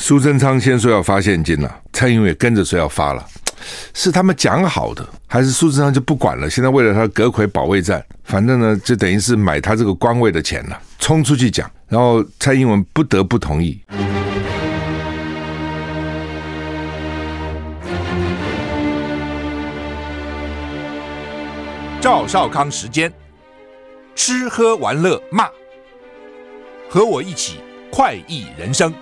苏贞昌先说要发现金了，蔡英文也跟着说要发了，是他们讲好的，还是苏贞昌就不管了？现在为了他阁揆保卫战，反正呢就等于是买他这个官位的钱了，冲出去讲，然后蔡英文不得不同意。 赵少康时间，吃喝玩乐骂，和我一起快意人生。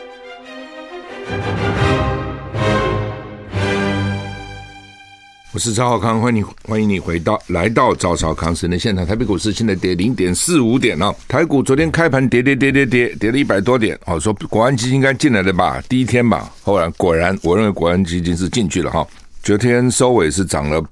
我是赵少康，欢迎你来到赵少康时间的现场。台北股市现在跌 0.45 点哦，台股昨天开盘跌了100多点，说国安基金应该进来的吧，第一天吧，后来果然我认为国安基金是进去了哈。昨天收尾是涨了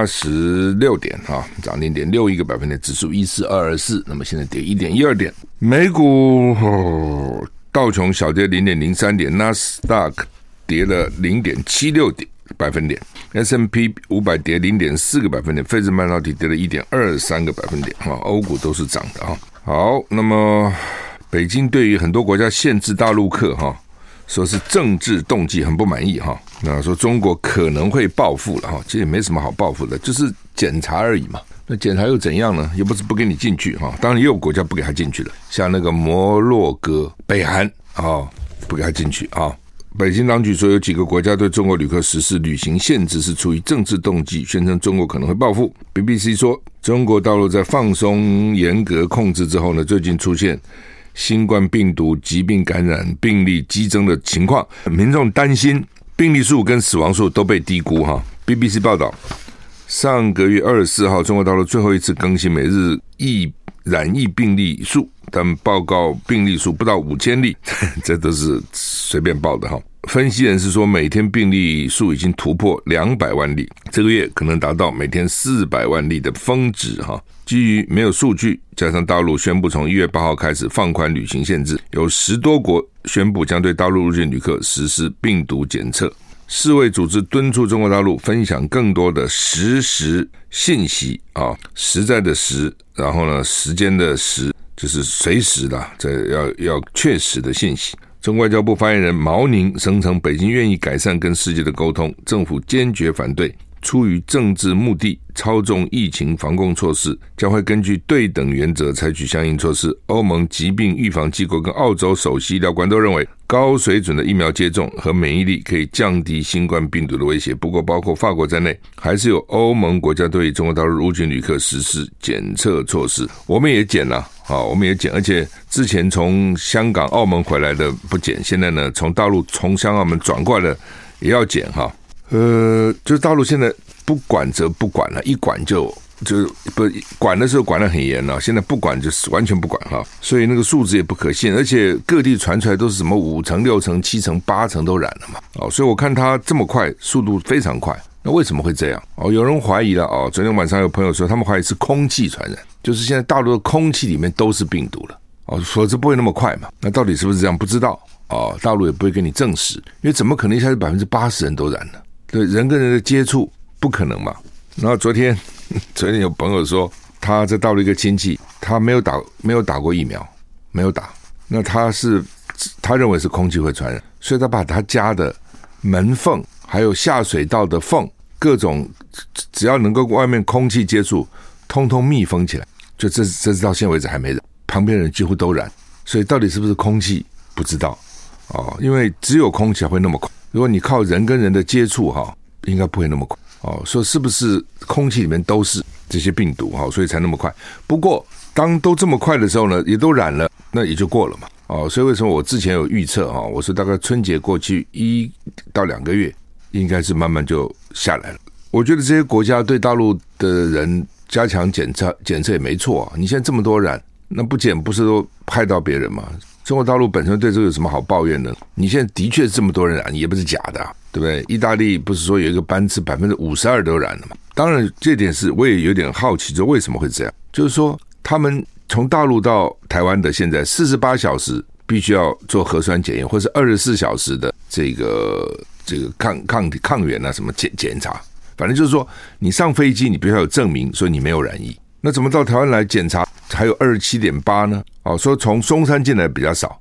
86点哈，涨 0.61个百分点，指数14224，那么现在跌 1.12 点。美股道琼小跌 0.03 点，纳斯达克跌了 0.76 点百分点， S&P 500跌 0.4 个百分点，费城半导体跌了 1.23 个百分点，欧股都是涨的哈。好，那么北京对于很多国家限制大陆客哈，说是政治动机，很不满意哈。那说中国可能会报复了哈，其实也没什么好报复的，就是检查而已嘛。那检查又怎样呢？又不是不给你进去哈。当然也有国家不给他进去了，像那个摩洛哥、北韩不给他进去啊。北京当局说有几个国家对中国旅客实施旅行限制是出于政治动机，宣称中国可能会报复。BBC 说中国大陆在放松严格控制之后呢，最近出现新冠病毒疾病感染病例激增的情况，民众担心病例数跟死亡数都被低估哈。BBC 报道，上个月24号，中国大陆最后一次更新每日染疫病例数，但报告病例数不到5000例，这都是随便报的哈。分析人士说，每天病例数已经突破200万例，这个月可能达到每天400万例的峰值哈。基于没有数据，加上大陆宣布从1月8号开始放宽旅行限制，有10多国宣布将对大陆入境旅客实施病毒检测。世卫组织敦促中国大陆分享更多的实时信息啊，实在的实，然后呢，时间的时，就是随时的，这要确实的信息。中国外交部发言人毛宁声称，北京愿意改善跟世界的沟通，政府坚决反对出于政治目的操纵疫情防控措施，将会根据对等原则采取相应措施。欧盟疾病预防机构跟澳洲首席医疗官都认为，高水准的疫苗接种和免疫力可以降低新冠病毒的威胁。不过包括法国在内，还是有欧盟国家对中国大陆入境旅客实施检测措施。我们也检了我们也检，而且之前从香港、澳门回来的不检，现在呢从大陆从香港、澳门转过来的也要检哈。就是大陆现在不管则不管了，一管就不管的时候管得很严了，现在不管就是完全不管哈，所以那个数字也不可信，而且各地传出来都是什么5成、6成、7成、8成都染了嘛，所以我看它这么快，速度非常快，那为什么会这样？有人怀疑了昨天晚上有朋友说他们怀疑是空气传染，就是现在大陆的空气里面都是病毒了否则不会那么快嘛。那到底是不是这样不知道大陆也不会跟你证实，因为怎么可能一下子80%人都染了？对，人跟人的接触不可能嘛。然后昨天有朋友说，他在大陆一个亲戚，他没有打过疫苗，没有打，那他认为是空气会传染，所以他把他家的门缝还有下水道的缝，各种只要能够外面空气接触，通通密封起来。就这到现在为止还没染，旁边人几乎都染，所以到底是不是空气不知道因为只有空气才会那么快。如果你靠人跟人的接触应该不会那么快说是不是空气里面都是这些病毒所以才那么快。不过当都这么快的时候呢，也都染了，那也就过了嘛所以为什么我之前有预测我说大概春节过去1到2个月应该是慢慢就下来了。我觉得这些国家对大陆的人加强检测也没错你现在这么多染，那不检不是都害到别人吗？中国大陆本身对这个有什么好抱怨的？你现在的确是这么多人染，也不是假的对不对？意大利不是说有一个班次52%都染了吗？当然这点是我也有点好奇，就为什么会这样？就是说他们从大陆到台湾的现在48小时必须要做核酸检验，或是24小时的这个抗原什么检查，反正就是说你上飞机你必须要有证明，所以你没有染疫。那怎么到台湾来检查还有27.8呢？说从松山进来比较少，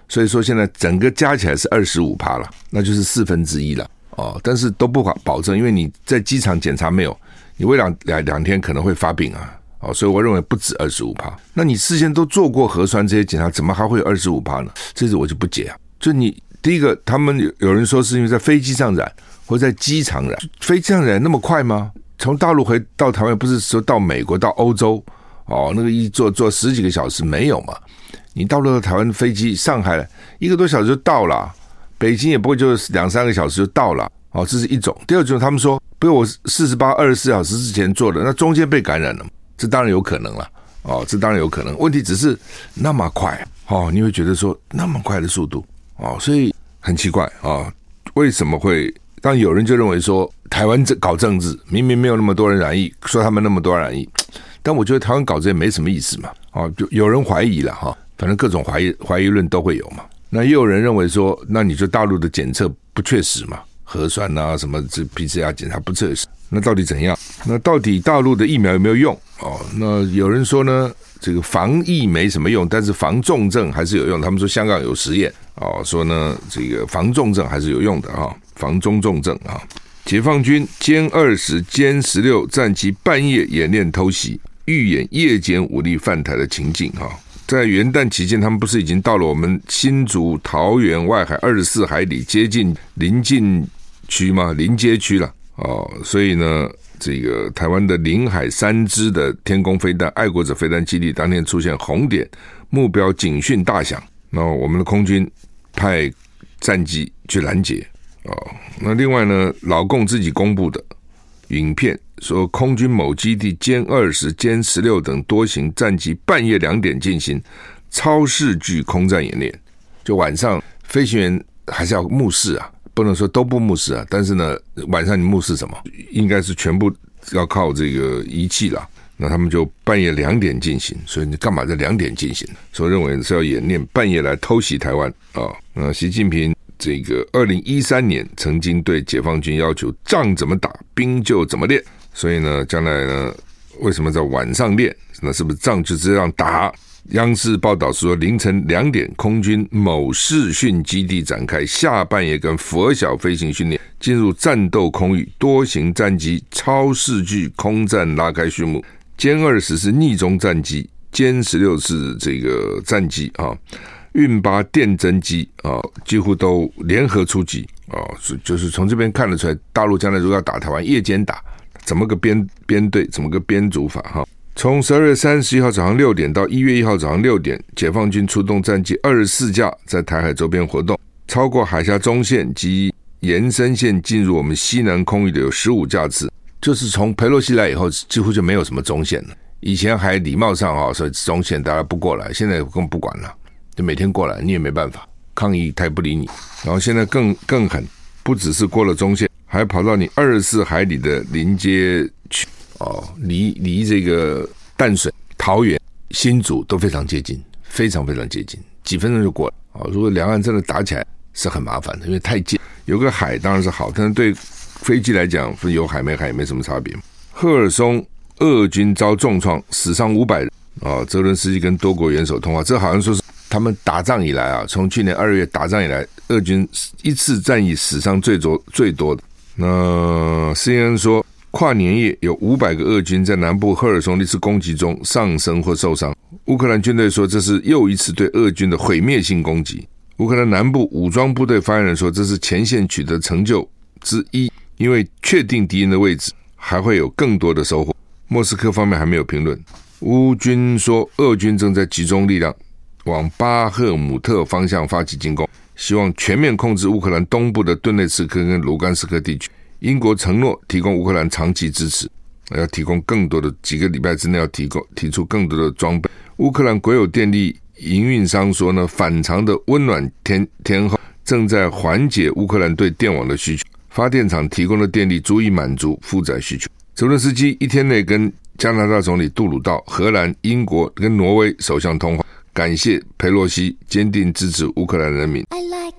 所以说现在整个加起来是 25% 了，那就是1/4了但是都不保证，因为你在机场检查没有，你未两天可能会发病所以我认为不止 25%。那你事先都做过核酸这些检查，怎么还会有 25% 呢？这是我就不解就你第一个，他们有人说是因为在飞机上染或在机场染，飞机上染那么快吗？从大陆回到台湾，不是说到美国到欧洲那个一坐10几个小时没有嘛？你到了台湾飞机，上海1个多小时就到了，北京也不会就2-3个小时就到了这是一种。第二种，他们说不是我24小时之前做的，那中间被感染了，这当然有可能了这当然有可能。问题只是那么快你会觉得说那么快的速度所以很奇怪为什么会？当然有人就认为说台湾搞政治，明明没有那么多人染疫，说他们那么多人染疫，但我觉得台湾搞这也没什么意思嘛就有人怀疑了反正各种怀疑论都会有嘛。那也有人认为说，那你就大陆的检测不确实嘛，核酸什么这 PCR 检查不确实，那到底怎样？那到底大陆的疫苗有没有用那有人说呢，这个防疫没什么用，但是防重症还是有用。他们说香港有实验说呢，这个防重症还是有用的防中重症解放军歼20、歼16战机半夜演练偷袭，预演夜间武力犯台的情境在元旦期间，他们不是已经到了我们新竹桃园外海24海里，接近临近区吗？临街区了所以呢，这个台湾的临海3支的天弓飞弹爱国者飞弹基地当天出现红点，目标警讯大响，那我们的空军派战机去拦截那另外呢，老共自己公布的影片说，空军某基地歼20、歼16等多型战机半夜2点进行超视距空战演练，就晚上飞行员还是要目视不能说都不目视但是呢，晚上你目视什么？应该是全部要靠这个仪器啦。那他们就半夜2点进行，所以你干嘛在2点进行？所以认为是要演练半夜来偷袭台湾那习近平这个2013年曾经对解放军要求仗怎么打，兵就怎么练，所以呢，将来呢，为什么在晚上练？那是不是仗就这样打？央视报道说，凌晨2点，空军某视训基地展开下半夜跟拂晓飞行训练，进入战斗空域，多型战机超视距空战拉开序幕。歼20是逆中战机，歼16是这个战机运8电侦机几乎都联合出击就是从这边看得出来，大陆将来如果要打台湾，夜间打，怎么个编队，怎么个编组法从12月31号早上6点到1月1号早上6点，解放军出动战机24架在台海周边活动，超过海峡中线及延伸线进入我们西南空域的有15架次。就是从裴洛西来以后，几乎就没有什么中线了。以前还礼貌上所以中线大家不过来，现在更不管了，就每天过来，你也没办法抗议，他也不理你。然后现在更狠，不只是过了中线，还跑到你24海里的临街区离这个淡水、桃园、新竹都非常接近，非常非常接近，几分钟就过了如果两岸真的打起来是很麻烦的，因为太近。有个海当然是好，但是对飞机来讲，有海没海也没什么差别。赫尔松俄军遭重创，死伤500人泽伦斯基跟多国元首通话，这好像说是他们打仗以来从去年2月打仗以来，俄军一次战役死伤最多的。那 CNN 说，跨年夜有500个俄军在南部赫尔松一次攻击中丧生或受伤。乌克兰军队说，这是又一次对俄军的毁灭性攻击。乌克兰南部武装部队发言人说，这是前线取得成就之一，因为确定敌人的位置，还会有更多的收获。莫斯科方面还没有评论。乌军说，俄军正在集中力量往巴赫姆特方向发起进攻，希望全面控制乌克兰东部的顿内茨克跟卢甘斯克地区。英国承诺提供乌克兰长期支持，要提供更多的，几个礼拜之内要提出更多的装备。乌克兰国有电力营运商说呢，反常的温暖天候正在缓解乌克兰对电网的需求，发电厂提供的电力足以满足负载需求。泽伦斯基一天内跟加拿大总理杜鲁道、荷兰、英国跟挪威首相通话，感谢裴洛西坚定支持乌克兰人民。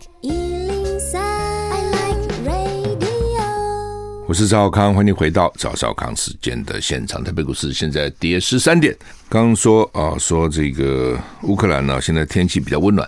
我是赵少康，欢迎回到赵少康时间的现场。台北股市现在跌13点。刚刚说这个乌克兰呢，现在天气比较温暖，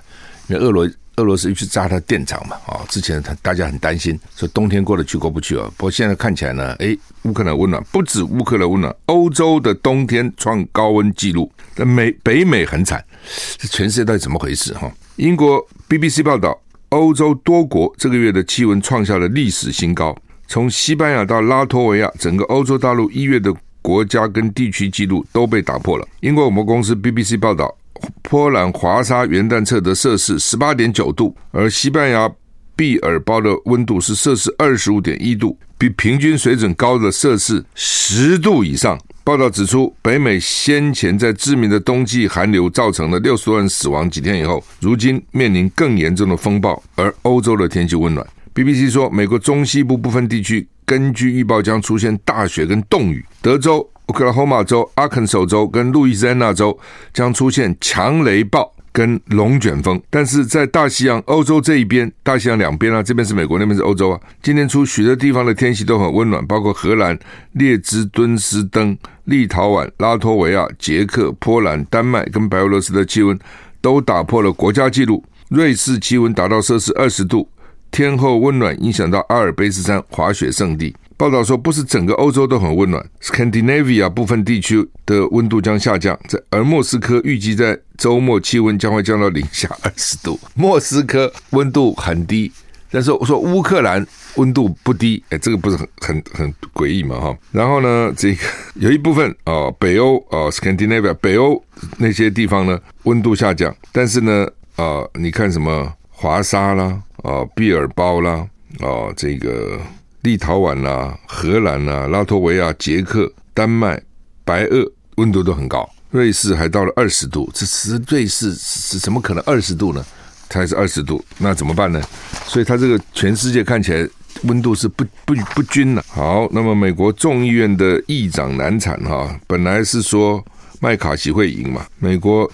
因为俄罗斯去炸它电厂嘛，之前大家很担心，说冬天过得去过不去不过现在看起来呢，乌克兰温暖，不止乌克兰温暖，欧洲的冬天创高温纪录，北美很惨，这全世界到底怎么回事英国 BBC 报道，欧洲多国这个月的气温创下了历史新高，从西班牙到拉脱维亚，整个欧洲大陆1月的国家跟地区纪录都被打破了。英国广播公司 BBC 报道，波兰华沙元旦测得摄氏 18.9 度，而西班牙毕尔包的温度是摄氏 25.1 度，比平均水准高的摄氏10度以上。报道指出，北美先前在致命的冬季寒流造成了60多人死亡，几天以后，如今面临更严重的风暴，而欧洲的天气温暖。BBC 说，美国中西部部分地区根据预报将出现大雪跟冻雨，德州、俄克拉荷马州、阿肯色州跟路易斯安那州将出现强雷暴跟龙卷风。但是在大西洋欧洲这一边，大西洋两边这边是美国，那边是欧洲今年初许多地方的天气都很温暖，包括荷兰、列支敦斯登、立陶宛、拉脱维亚、捷克、波兰、丹麦跟白俄罗斯的气温都打破了国家纪录，瑞士气温达到摄氏20度，天候温暖影响到阿尔卑斯山滑雪胜地。报道说，不是整个欧洲都很温暖， Scandinavia 部分地区的温度将下降，而莫斯科预计在周末气温将会降到零下20度。莫斯科温度很低，但是我说乌克兰温度不低，这个不是很诡异嘛然后呢，这个有一部分北欧Scandinavia 北欧那些地方呢温度下降，但是呢你看什么华沙啦毕尔包啦这个立陶宛啦、荷兰啦、拉脱维亚、捷克、丹麦、白俄温度都很高，瑞士还到了20度。这瑞士是怎么可能20度呢？才是20度，那怎么办呢？所以它这个全世界看起来温度是不均了。好，那么美国众议院的议长难产本来是说麦卡锡会赢嘛，美国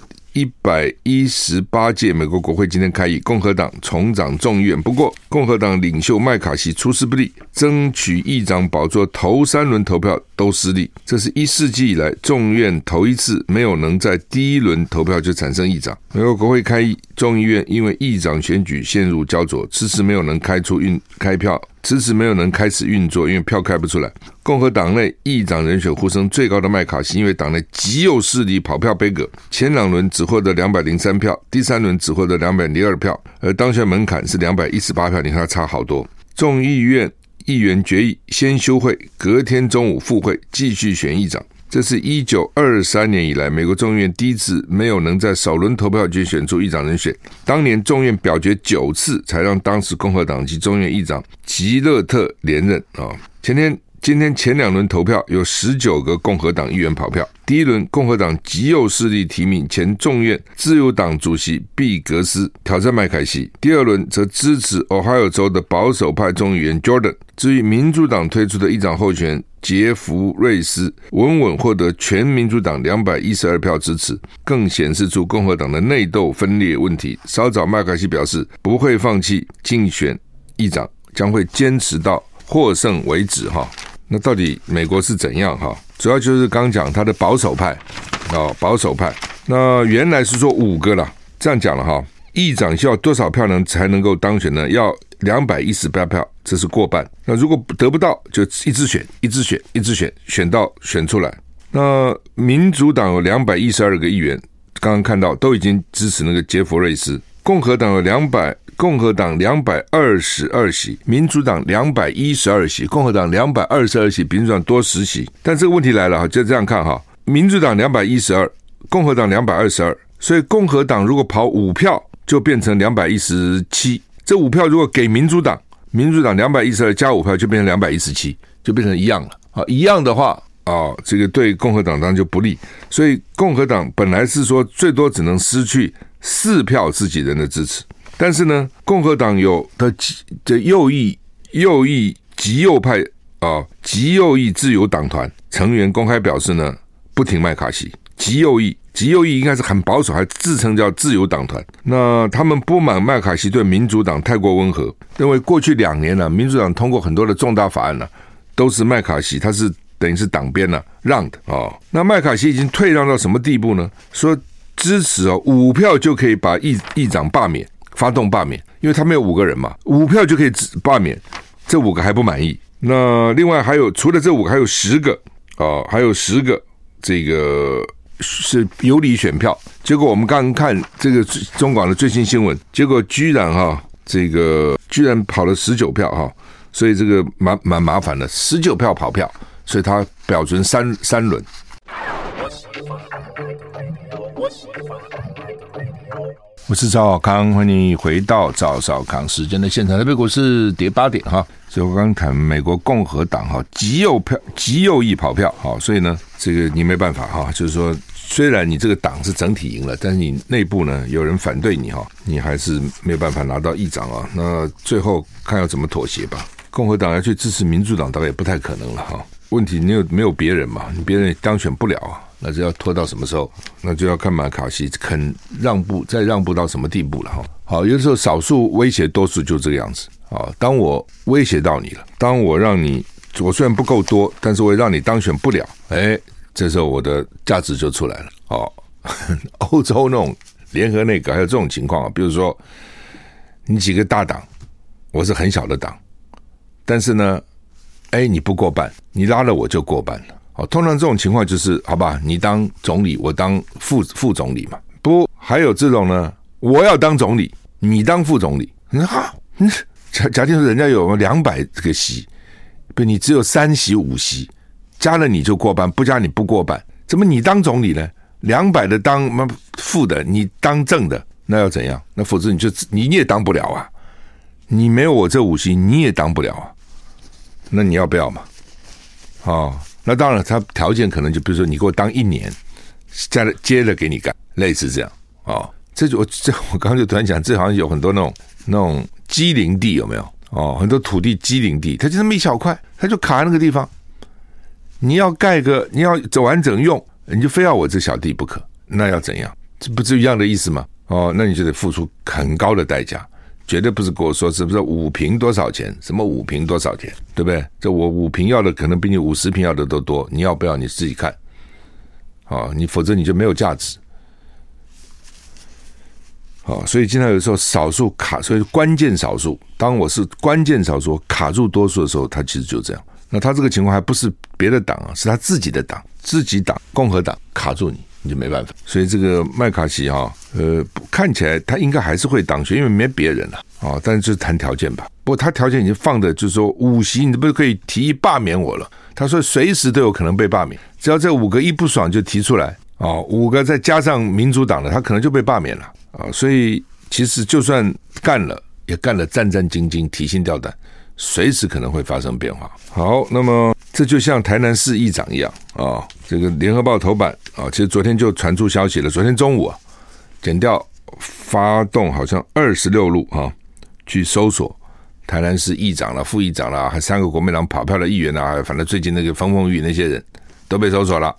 118届美国国会今天开议，共和党重掌众议院，不过共和党领袖麦卡锡出师不利，争取议长宝座头3轮投票都失利，这是1世纪以来众院头一次没有能在第1轮投票就产生议长。美国国会开议，众议院因为议长选举陷入焦灼，迟迟没有能开票，迟迟没有能开始运作，因为票开不出来。共和党内议长人选呼声最高的麦卡锡，因为党内极右势力跑票杯葛，前2轮只获得203票，第3轮只获得202票，而当选门槛是218票，你看他差好多。众议院议员决议先休会，隔天中午复会继续选议长，这是1923年以来美国众议院第一次没有能在首轮投票就选出议长人选。当年众院表决9次才让当时共和党籍众院议长吉勒特连任今天前2轮投票有19个共和党议员跑票。第1轮共和党极右势力提名前众院自由党主席毕格斯挑战麦凯锡，第2轮则支持 Ohio 州的保守派众议员 Jordan。 至于民主党推出的议长候选人杰弗瑞斯，稳稳获得全民主党212票支持，更显示出共和党的内斗分裂问题。稍早麦凯锡表示不会放弃竞选议长，将会坚持到获胜为止那到底美国是怎样主要就是刚讲他的保守派保守派。那原来是说5个啦，这样讲了议长需要多少票才能够当选呢？要218票，这是过半。那如果得不到，就一直选，选到选出来。那民主党有212个议员，刚刚看到都已经支持那个杰弗瑞斯。共和党222席，民主党212席，共和党222席，民主党多10席。但这个问题来了就这样看民主党212，共和党222，所以共和党如果跑5票就变成217，这5票如果给民主党212加5票就变成217，就变成一样了一样的话这个对共和党当然就不利。所以共和党本来是说最多只能失去4票自己人的支持，但是呢，共和党有的右翼极右派极右翼自由党团成员公开表示呢，不挺麦卡锡。极右翼应该是很保守，还自称叫自由党团。那他们不满麦卡锡对民主党太过温和，认为过去2年民主党通过很多的重大法案都是麦卡锡他是等于是党鞭让的那麦卡锡已经退让到什么地步呢？说支持5票就可以把议长罢免发动罢免，因为他们有5个人嘛，5票就可以罢免，这5个还不满意。那另外还有除了这5个，还有10个还有10个这个是有理选票。结果我们刚刚看这个中广的最新新闻，结果居然跑了19票所以这个蛮麻烦的，19票跑票，所以他表决三轮。我是赵少康，欢迎回到赵少康时间的现场。台北股市跌8点所以我刚刚谈美国共和党极右翼跑票所以呢这个你没办法就是说虽然你这个党是整体赢了，但是你内部呢有人反对你你还是没有办法拿到议长那最后看要怎么妥协吧。共和党要去支持民主党大概也不太可能了问题你没有别人嘛，你别人当选不了那就要拖到什么时候？那就要看麦卡锡肯让步，再让步到什么地步了好，有的时候少数威胁多数就这个样子当我威胁到你了，当我让你，我虽然不够多，但是我让你当选不了，这时候我的价值就出来了欧洲那种联合内阁还有这种情况比如说你几个大党，我是很小的党，但是呢你不过半，你拉了我就过半了通常这种情况就是好吧，你当总理，我当副总理嘛。不，还有这种呢，我要当总理，你当副总理。假定说人家有200个席，不，你只有3席5席，加了你就过半，不加你不过半。怎么你当总理呢？200的当副的，你当正的，那要怎样？那否则你也当不了啊！你没有我这5席，你也当不了啊！那你要不要嘛？那当然他条件可能就比如说你给我当1年，接着给你干，类似这样我刚刚就突然讲，这好像有很多那种机灵地，有没有很多土地机灵地，它就那么一小块，它就卡在那个地方，你要你要走完整用，你就非要我这小地不可，那要怎样？这不是一样的意思吗？那你就得付出很高的代价，绝对不是跟我说是不是5坪多少钱，什么5坪多少钱，对不对？这我5坪要的可能比你50坪要的都多，你要不要你自己看你否则你就没有价值所以经常有时候少数卡，所以关键少数，当我是关键少数卡住多数的时候，他其实就这样。那他这个情况还不是别的党是他自己的党，自己党共和党卡住你就没办法。所以这个麦卡锡看起来他应该还是会当选，因为没别人了但是就是谈条件吧。不过他条件已经放的就是说5席你不是可以提议罢免我了？他说随时都有可能被罢免，只要这5个一不爽就提出来5个再加上民主党的，他可能就被罢免了所以其实就算干了，也干了战战兢兢，提心吊胆，随时可能会发生变化。好，那么这就像台南市议长一样这个联合报头版其实昨天就传出消息了，昨天中午检调发动好像26路去搜索台南市议长啦、副议长啦，还3个国民党跑票的议员啦，反正最近那个风风雨雨那些人都被搜索了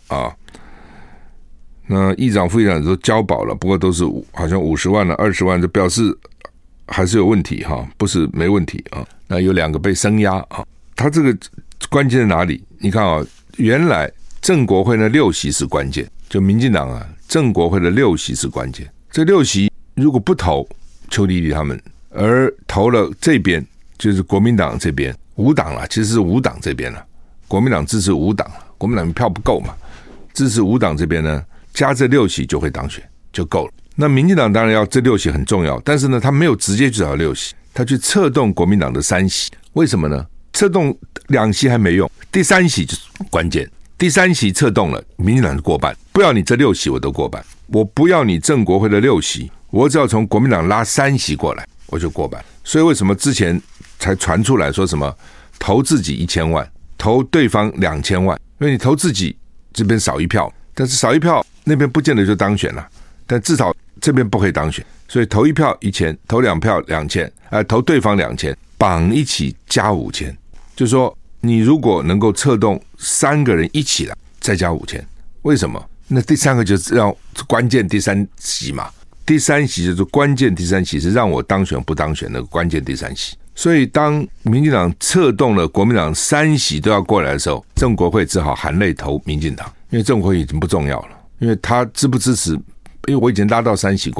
那议长、副议长都交保了，不过都是好像50万了、20万，就表示还是有问题不是没问题那有2个被声押他这个关键在哪里？你看原来正国会的6席是关键，就民进党正国会的6席是关键。这6席如果不投邱丽丽他们，而投了这边，就是国民党这边5党啦，其实是5党这边啦，国民党支持5党，国民党票不够嘛，支持5党这边呢，加这6席就会当选就够了。那民进党当然要这6席很重要，但是呢他没有直接去找6席，他去策动国民党的3席。为什么呢？策动2席还没用，第3席就是关键，第3席策动了，民进党就过半，不要你这6席我都过半，我不要你正国会的6席，我只要从国民党拉3席过来我就过半。所以为什么之前才传出来说什么投自己1000万，投对方2000万，因为你投自己这边少1票，但是少1票那边不见得就当选了，但至少这边不可以当选，所以投1票1000，投2票2000，投对方2000，绑一起加5000，就是说你如果能够策动3个人一起来再加5000，为什么？那第3个就是让关键第3席嘛，第3席就是关键第3席是让我当选不当选的关键第3席。所以当民进党策动了国民党3席都要过来的时候，正国会只好含泪投民进党，因为正国会已经不重要了，因为他支不支持，因为我已经拉到3席过来了，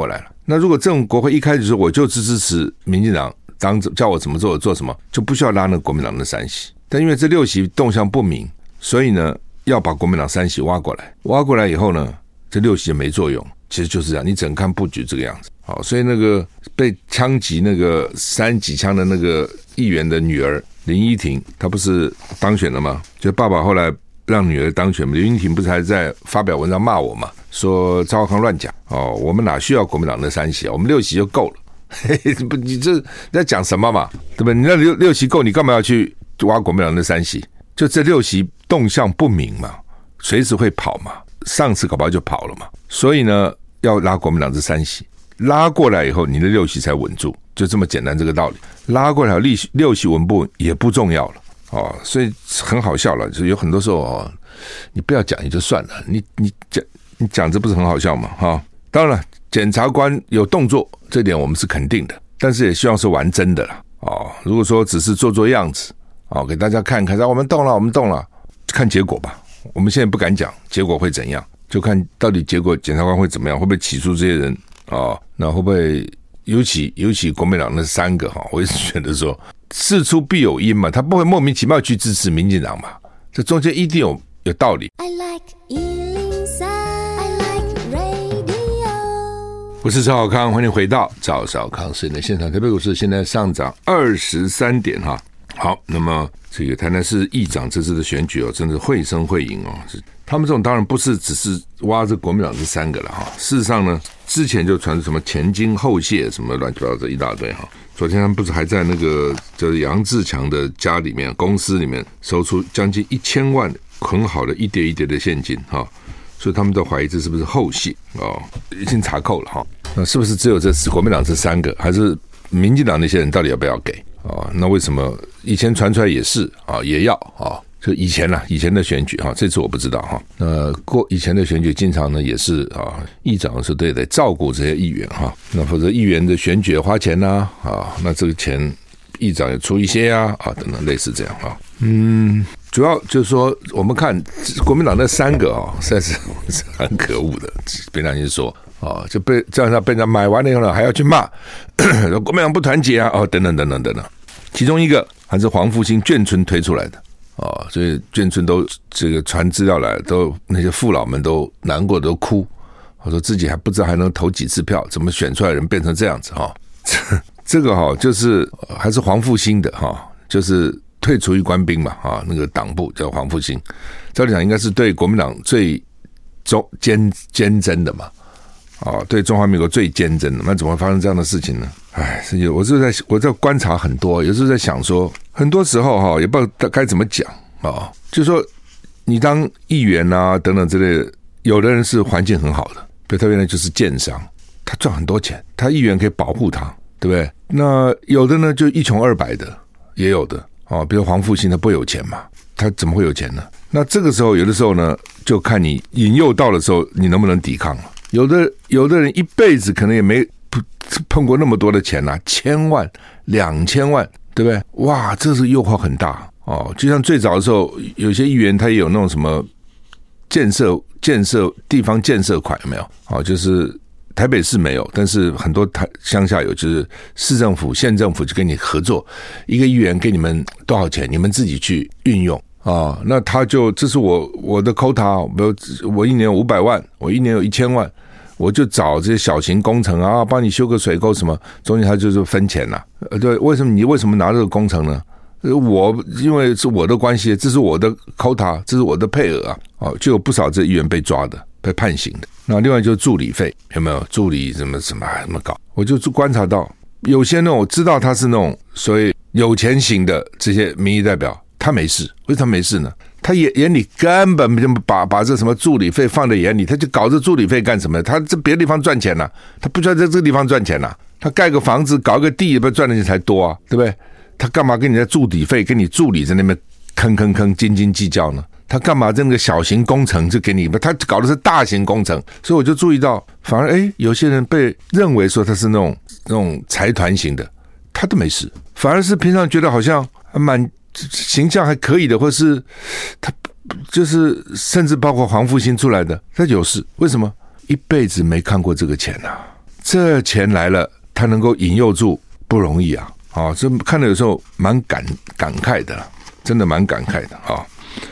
那如果这种国会一开始说我就支持民进党，叫我怎么做做什么，就不需要拉那个国民党的3席。但因为这6席动向不明，所以呢要把国民党3席挖过来，挖过来以后呢，这6席就没作用。其实就是这样，你整看布局这个样子。好，所以那个被枪击那个3几枪的那个议员的女儿林依婷，她不是当选了吗？就爸爸后来让女儿当选，林依婷不是还在发表文章骂我嘛，说赵少康乱讲哦，我们哪需要国民党的3席啊，我们6席就够了。嘿嘿，不，你这在讲什么嘛？对不对？你那6席够，你干嘛要去挖国民党的3席？就这6席动向不明嘛，随时会跑嘛。上次搞不好就跑了嘛，所以呢，要拉国民党这3席，拉过来以后，你的6席才稳住，就这么简单这个道理。拉过来6席稳不稳也不重要了哦，所以很好笑了。就有很多时候哦，你不要讲也就算了，你讲这不是很好笑吗？哈、哦，当然了，检察官有动作，这点我们是肯定的，但是也希望是玩真的啦哦。如果说只是做样子哦，给大家看看，我们动了，看结果吧。我们现在不敢讲结果会怎样，就看到底结果检察官会怎么样，会不会起诉这些人哦？那会不会尤其国民党那3个哈，我也是觉得说事出必有因嘛，他不会莫名其妙去支持民进党嘛，这中间一定有道理。I like 103, I like radio。 我是赵少康，欢迎回到赵少康时间的现场。台北股市现在上涨23点哈。好，那么这个台南市议长这次的选举哦，真的绘声绘影哦。他们这种当然不是只是挖这国民党这3个了哈。事实上呢，之前就传出什么前金后谢什么乱七八糟这一大堆哈。昨天他们不是还在那个就是杨志强的家里面公司里面搜出将近1000万很好的一叠一叠的现金哈，所以他们都怀疑这是不是后谢哦，已经查扣了哈。那是不是只有这国民党这3个，还是民进党那些人到底要不要给？那为什么以前传出来也是也要就以前的选举这次我不知道过以前的选举经常呢也是议长是得照顾这些议员那否则议员的选举花钱那这个钱议长也出一些等等类似这样主要就是说我们看国民党那3个实在是很可恶的，被人家说就被这样被人家买完了以后呢，还要去骂国民党不团结等等。其中一个还是黄复兴眷村推出来的所以眷村都这个传资料来，都那些父老们都难过都哭，我说自己还不知道还能投几次票，怎么选出来的人变成这样子这个就是还是黄复兴的就是退出于官兵嘛那个党部叫黄复兴，照理讲应该是对国民党最坚贞的嘛对中华民国最坚贞的，那怎么会发生这样的事情呢？我在观察很多，有时候在想说，很多时候也不知道该怎么讲就说你当议员等等之类的，有的人是环境很好的，比如他原来就是建商，他赚很多钱，他议员可以保护他，对不对？那有的呢就一穷二白的，也有的比如黄复兴他不有钱嘛，他怎么会有钱呢？那这个时候有的时候呢，就看你引诱到的时候，你能不能抵抗了。有的人一辈子可能也没碰过那么多的钱1000万、2000万，对不对？哇，这是诱惑很大就像最早的时候，有些议员他也有那种什么建设地方建设款，有没有就是台北市没有，但是很多乡下有，就是市政府、县政府就跟你合作，一个议员给你们多少钱，你们自己去运用。那他就这是我的 quota， 我一年有500万，我一年有1000万，我就找这些小型工程帮你修个水沟什么，中间他就是分钱对，为什么拿这个工程呢？因为是我的关系，这是我的 quota， 这是我的配额就有不少这议员被抓的，被判刑的。那另外就是助理费，有没有助理什么搞？我就观察到有些那种我知道他是那种所谓有钱型的这些民意代表。他没事，为什么没事呢？他眼里根本就把这什么助理费放在眼里，他就搞这助理费干什么？他这别的地方赚钱他不需要在这个地方赚钱他盖个房子搞一个地不赚的钱才多对不对？他干嘛跟你在助理费跟你助理在那边坑斤斤计较呢？他干嘛在那个小型工程就给你？他搞的是大型工程，所以我就注意到，反而有些人被认为说他是那种财团型的，他都没事，反而是平常觉得好像蛮形象还可以的，或是他就是甚至包括黄复兴出来的，他有事，为什么？一辈子没看过这个钱这钱来了，他能够引诱住不容易啊！这看了有时候蛮感慨的，真的蛮感慨的啊！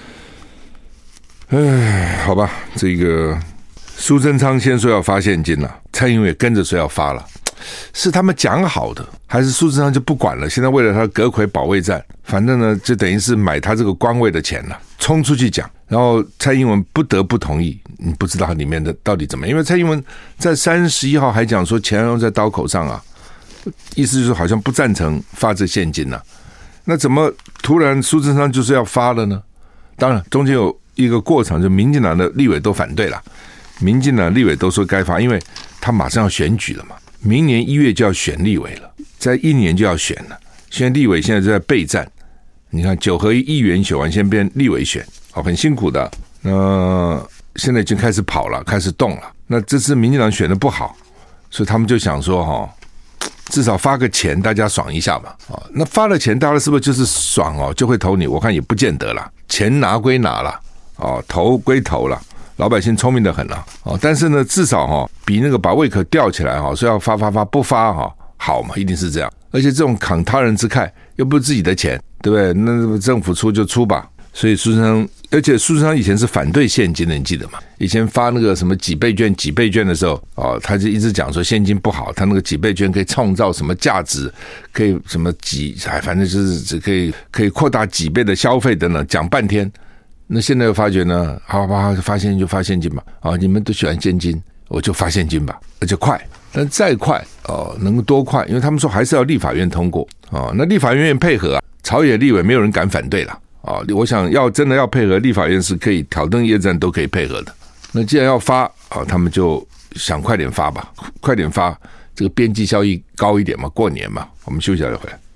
好吧，这个苏贞昌先说要发现金了，蔡英文也跟着说要发了，是他们讲好的，还是苏贞昌就不管了？现在为了他的阁揆保卫战，反正呢就等于是买他这个官位的钱了，冲出去讲，然后蔡英文不得不同意。你不知道里面的到底怎么样，因为蔡英文在31号还讲说钱要用在刀口上啊，意思就是好像不赞成发这现金啊。那怎么突然苏贞昌就是要发了呢？当然中间有一个过程，就民进党的立委都反对了，民进党立委都说该发，因为他马上要选举了嘛，明年1月就要选立委了，在1年就要选了，现在立委现在就在备战，你看9合1议员选完先变立委选，很辛苦的。那现在已经开始跑了，开始动了。那这次民进党选的不好，所以他们就想说至少发个钱，大家爽一下嘛。那发了钱，大家是不是就是爽就会投你？我看也不见得啦，钱拿归拿了投归投了，老百姓聪明得很了但是呢，至少比那个把胃口吊起来说要发不发好嘛，一定是这样。而且这种慷他人之慨，又不是自己的钱，对不对？那政府出就出吧。所以苏贞昌，而且苏贞昌以前是反对现金的，你记得吗？以前发那个什么几倍券的时候他就一直讲说现金不好，他那个几倍券可以创造什么价值，可以什么反正就是可以扩大几倍的消费等等，讲半天。那现在又发觉呢，好吧，发现金就发现金吧你们都喜欢现金，我就发现金吧，而且快，但再快能够多快？因为他们说还是要立法院通过那立法院配合朝野立委没有人敢反对了。我想真的要配合，立法院是可以挑灯夜战都可以配合的。那既然要发他们就想快点发吧，快点发，这个边际效益高一点嘛，过年嘛。我们休息一下再回来。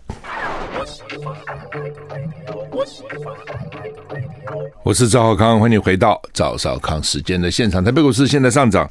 我是赵少康，欢迎回到赵少康时间的现场。台北股市现在上涨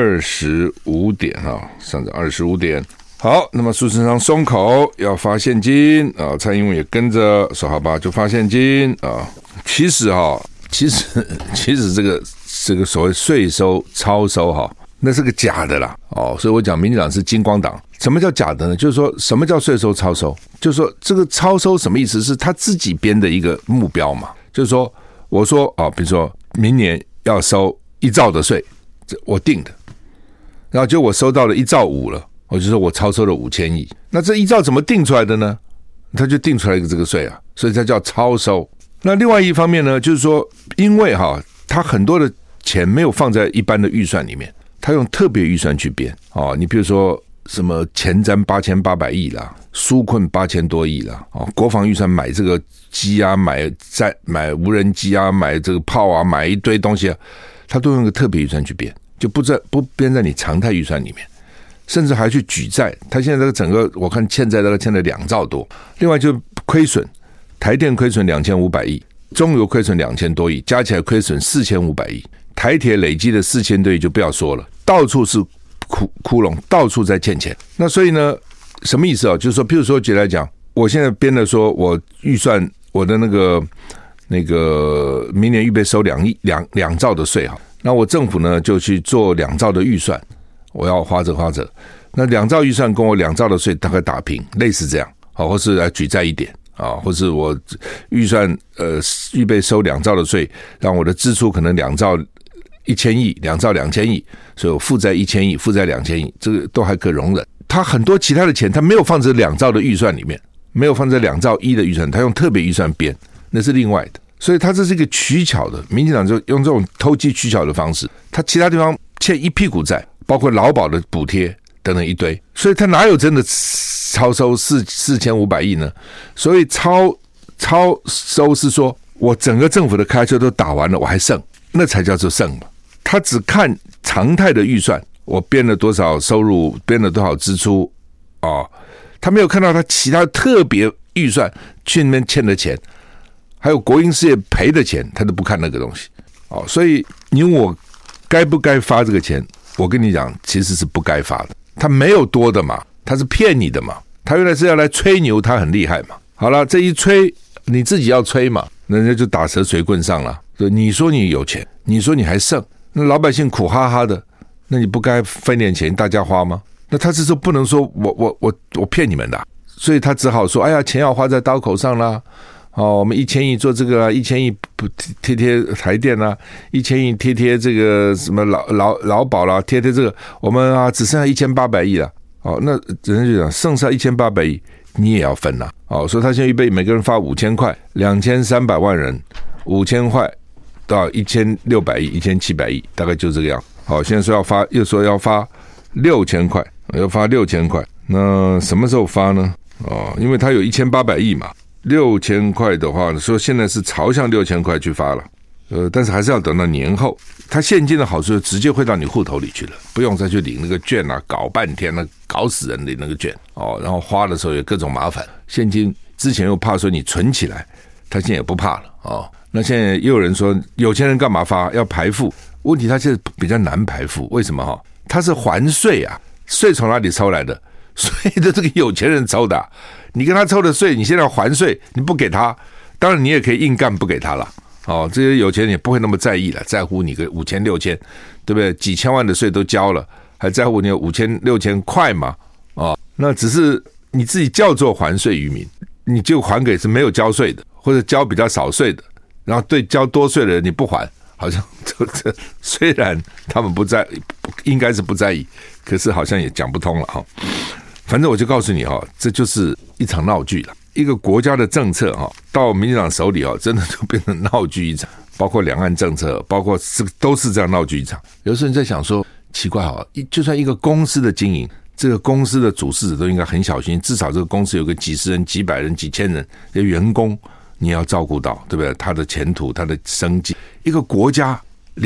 25点上涨25点。好，那么苏贞昌松口要发现金蔡英文也跟着说好吧，就发现金其实这个所谓税收超收那是个假的啦所以我讲民进党是金光党。什么叫假的呢？就是说什么叫税收超收？就是说这个超收什么意思？是他自己编的一个目标嘛？就是说我说比如说明年要收1兆的税，我定的，然后就我收到了1兆5了。我就说我超收了5000亿，那这1兆怎么定出来的呢？他就定出来一个这个税所以它叫超收。那另外一方面呢，就是说因为他很多的钱没有放在一般的预算里面，他用特别预算去编你比如说什么前瞻8800亿啦，纾困8000多亿啦国防预算买这个机买无人机买这个炮买一堆东西他都用个特别预算去编，就不编在你常态预算里面。甚至还去举债，他现在这个整个我看欠债大概欠了2兆多，另外就亏损，台电亏损2500亿，中油亏损2000多亿，加起来亏损4500亿，台铁累积的4000多亿就不要说了，到处是窟窿，到处在欠钱。那所以呢，什么意思就是说，譬如说举例来讲，我现在编的说我预算我的那个明年预备收2兆的税那我政府呢就去做2兆的预算。我要花着，那2兆预算跟我2兆的税大概打平，类似这样或是来举债一点或是我预算预备收2兆的税，让我的支出可能2兆1000亿，2兆2000亿，所以我负债1000亿，负债2000亿，这个都还可容忍。他很多其他的钱他没有放在2兆的预算里面，没有放在2兆1的预算，他用特别预算编，那是另外的。所以他这是一个取巧的，民进党就用这种投机取巧的方式，他其他地方欠一屁股债，包括劳保的补贴等等一堆，所以他哪有真的超收4500亿呢？所以超收是说我整个政府的开销都打完了，我还剩，那才叫做剩嘛。他只看常态的预算，我编了多少收入，编了多少支出他没有看到他其他特别预算去那边欠的钱，还有国营事业赔的钱，他都不看那个东西所以你问我该不该发这个钱，我跟你讲，其实是不该发的。他没有多的嘛，他是骗你的嘛，他原来是要来吹牛，他很厉害嘛。好了，这一吹你自己要吹嘛，人家就打蛇随棍上了。你说你有钱，你说你还剩，那老百姓苦哈哈的，那你不该分点钱大家花吗？ 那他这时候不能说我骗你们的，所以他只好说，哎呀，钱要花在刀口上啦。我们1000亿做这个啦，1000亿贴台电啦，1000亿贴这个什么劳保啦，贴这个，我们啊只剩下1800亿了。那人家就讲，剩下1800亿你也要分啦。所以他现在预备每个人发5000块，2300万人5000块到1600亿、1700亿，大概就这个样。现在又说要发6000块，要发6000块。那什么时候发呢？因为他有1800亿嘛。6000块的话，说现在是朝向6000块去发了，但是还是要等到年后。它现金的好处直接汇到你户头里去了，不用再去领那个券啊，搞半天了，搞死人领那个券然后花的时候有各种麻烦。现金之前又怕说你存起来，他现在也不怕了那现在又有人说有钱人干嘛发？要排富。问题他现在比较难排富，为什么他是还税啊，税从哪里抽来的？税的这个有钱人抽的你跟他抽的税，你现在要还税，你不给他，当然你也可以硬干不给他了。这些有钱人也不会那么在意了，在乎你个5000、6000，对不对？几千万的税都交了，还在乎你有5000、6000块嘛？那只是你自己叫做还税于民，你就还给是没有交税的，或者交比较少税的，然后对交多税的人你不还，好像这虽然他们应该是不在意，可是好像也讲不通了反正我就告诉你这就是一场闹剧了。一个国家的政策到民进党手里真的就变成闹剧一场，包括两岸政策，包括都是这样闹剧一场。有时候你在想说，奇怪就算一个公司的经营，这个公司的主事者都应该很小心，至少这个公司有个几十人、几百人、几千人的员工，你要照顾到，对不对？他的前途、他的生计。一个国家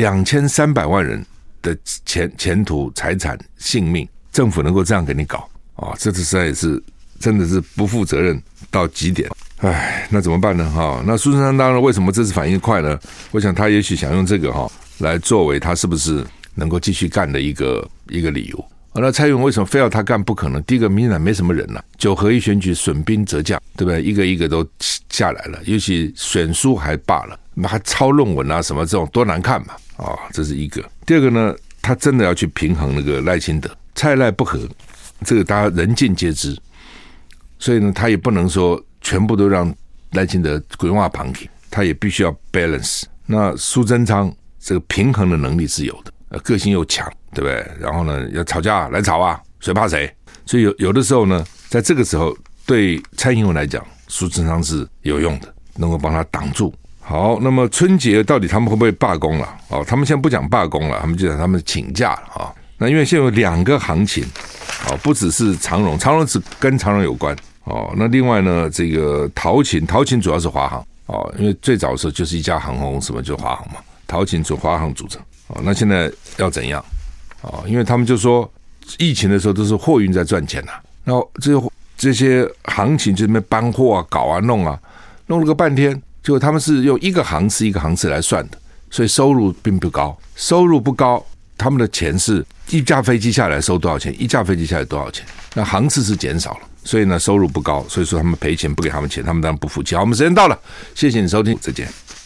2300万人的前途、财产、性命，政府能够这样给你搞这实在是真的是不负责任到极点。那怎么办呢？那苏贞昌当然为什么这次反应快呢？我想他也许想用这个来作为他是不是能够继续干的一个理由。那蔡英文为什么非要他干不可能？第一个，民进党没什么人9合1选举损兵折将，对不对？一个一个都下来了，尤其选书还罢了，还抄论文啊什么这种多难看嘛这是一个。第二个呢，他真的要去平衡那个赖清德，蔡赖不合，这个大家人尽皆知，所以呢，他也不能说全部都让赖清德规划旁去，他也必须要 balance。那苏贞昌这个平衡的能力是有的，个性又强，对不对？然后呢，要吵架来吵啊，谁怕谁？所以有的时候呢，在这个时候对蔡英文来讲，苏贞昌是有用的，能够帮他挡住。好，那么春节到底他们会不会罢工了？他们现在不讲罢工了，他们就讲他们请假了那因为现在有2个行情不只是长荣只跟长荣有关那另外呢，这个桃勤主要是华航因为最早的时候就是一家航空什么就华航嘛，桃勤从华航组成那现在要怎样因为他们就说疫情的时候都是货运在赚钱然后这些行情就在那边搬货搞弄了个半天，结果他们是用一个航次来算的，所以收入并不高，他们的钱是一架飞机下来收多少钱，一架飞机下来多少钱，那航次是减少了，所以呢收入不高，所以说他们赔钱不给他们钱，他们当然不服气。好，我们时间到了，谢谢你收听，再见。